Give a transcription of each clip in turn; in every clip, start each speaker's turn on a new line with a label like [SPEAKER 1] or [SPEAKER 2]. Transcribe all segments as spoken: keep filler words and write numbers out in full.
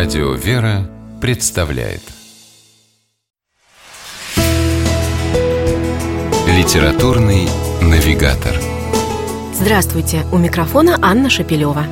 [SPEAKER 1] Радио «Вера» представляет Литературный навигатор.
[SPEAKER 2] Здравствуйте, у микрофона Анна Шапилева.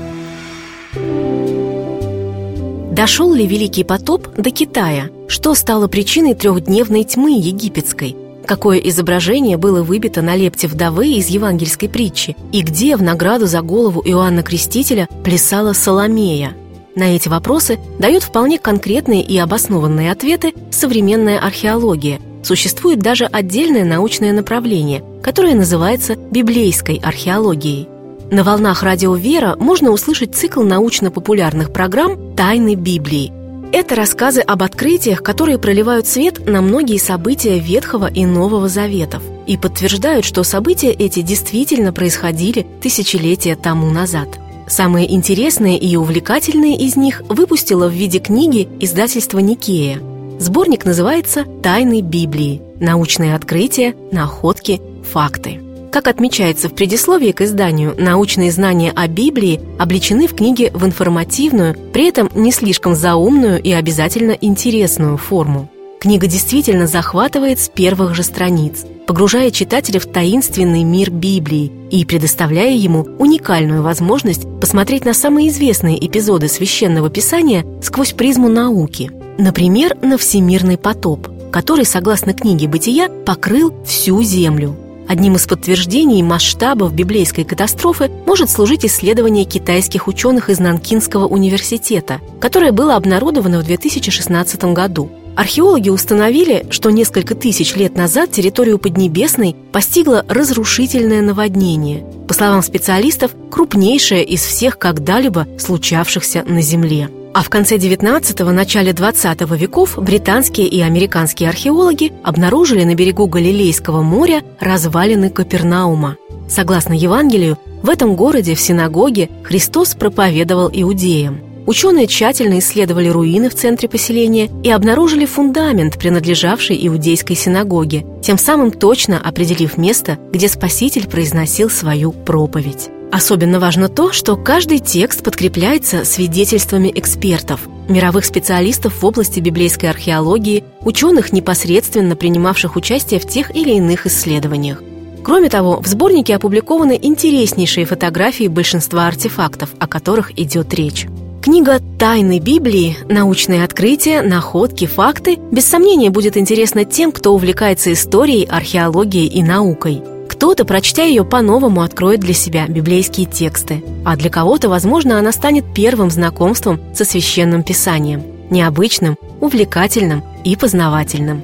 [SPEAKER 2] Дошел ли Великий потоп до Китая? Что стало причиной трехдневной тьмы египетской? Какое изображение было выбито на лепте вдовы из евангельской притчи? И где в награду за голову Иоанна Крестителя плясала Соломея? На эти вопросы дает вполне конкретные и обоснованные ответы современная археология. Существует даже отдельное научное направление, которое называется библейской археологией. На волнах радио «Вера» можно услышать цикл научно-популярных программ «Тайны Библии». Это рассказы об открытиях, которые проливают свет на многие события Ветхого и Нового Заветов и подтверждают, что события эти действительно происходили тысячелетия тому назад. Самые интересные и увлекательные из них выпустило в виде книги издательство «Никея». Сборник называется «Тайны Библии. Научные открытия, находки, факты». Как отмечается в предисловии к изданию, научные знания о Библии облечены в книге в информативную, при этом не слишком заумную и обязательно интересную форму. Книга действительно захватывает с первых же страниц, погружая читателя в таинственный мир Библии и предоставляя ему уникальную возможность посмотреть на самые известные эпизоды Священного Писания сквозь призму науки. Например, на всемирный потоп, который, согласно книге «Бытия», покрыл всю землю. Одним из подтверждений масштабов библейской катастрофы может служить исследование китайских ученых из Нанкинского университета, которое было обнародовано в две тысячи шестнадцатом году. Археологи установили, что несколько тысяч лет назад территорию Поднебесной постигло разрушительное наводнение, по словам специалистов, крупнейшее из всех когда-либо случавшихся на Земле. А в конце девятнадцатого – начале двадцатого веков британские и американские археологи обнаружили на берегу Галилейского моря развалины Капернаума. Согласно Евангелию, в этом городе в синагоге Христос проповедовал иудеям. Ученые тщательно исследовали руины в центре поселения и обнаружили фундамент, принадлежавший иудейской синагоге, тем самым точно определив место, где Спаситель произносил свою проповедь. Особенно важно то, что каждый текст подкрепляется свидетельствами экспертов, мировых специалистов в области библейской археологии, ученых, непосредственно принимавших участие в тех или иных исследованиях. Кроме того, в сборнике опубликованы интереснейшие фотографии большинства артефактов, о которых идет речь. Книга «Тайны Библии. Научные открытия, находки, факты» без сомнения будет интересна тем, кто увлекается историей, археологией и наукой. Кто-то, прочтя ее по-новому, откроет для себя библейские тексты, а для кого-то, возможно, она станет первым знакомством со Священным Писанием, необычным, увлекательным и познавательным.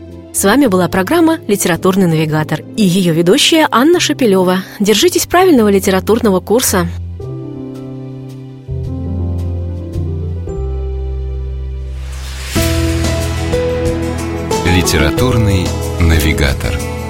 [SPEAKER 2] С вами была программа «Литературный навигатор» и ее ведущая Анна Шапилева. Держитесь правильного литературного курса.
[SPEAKER 1] Литературный навигатор.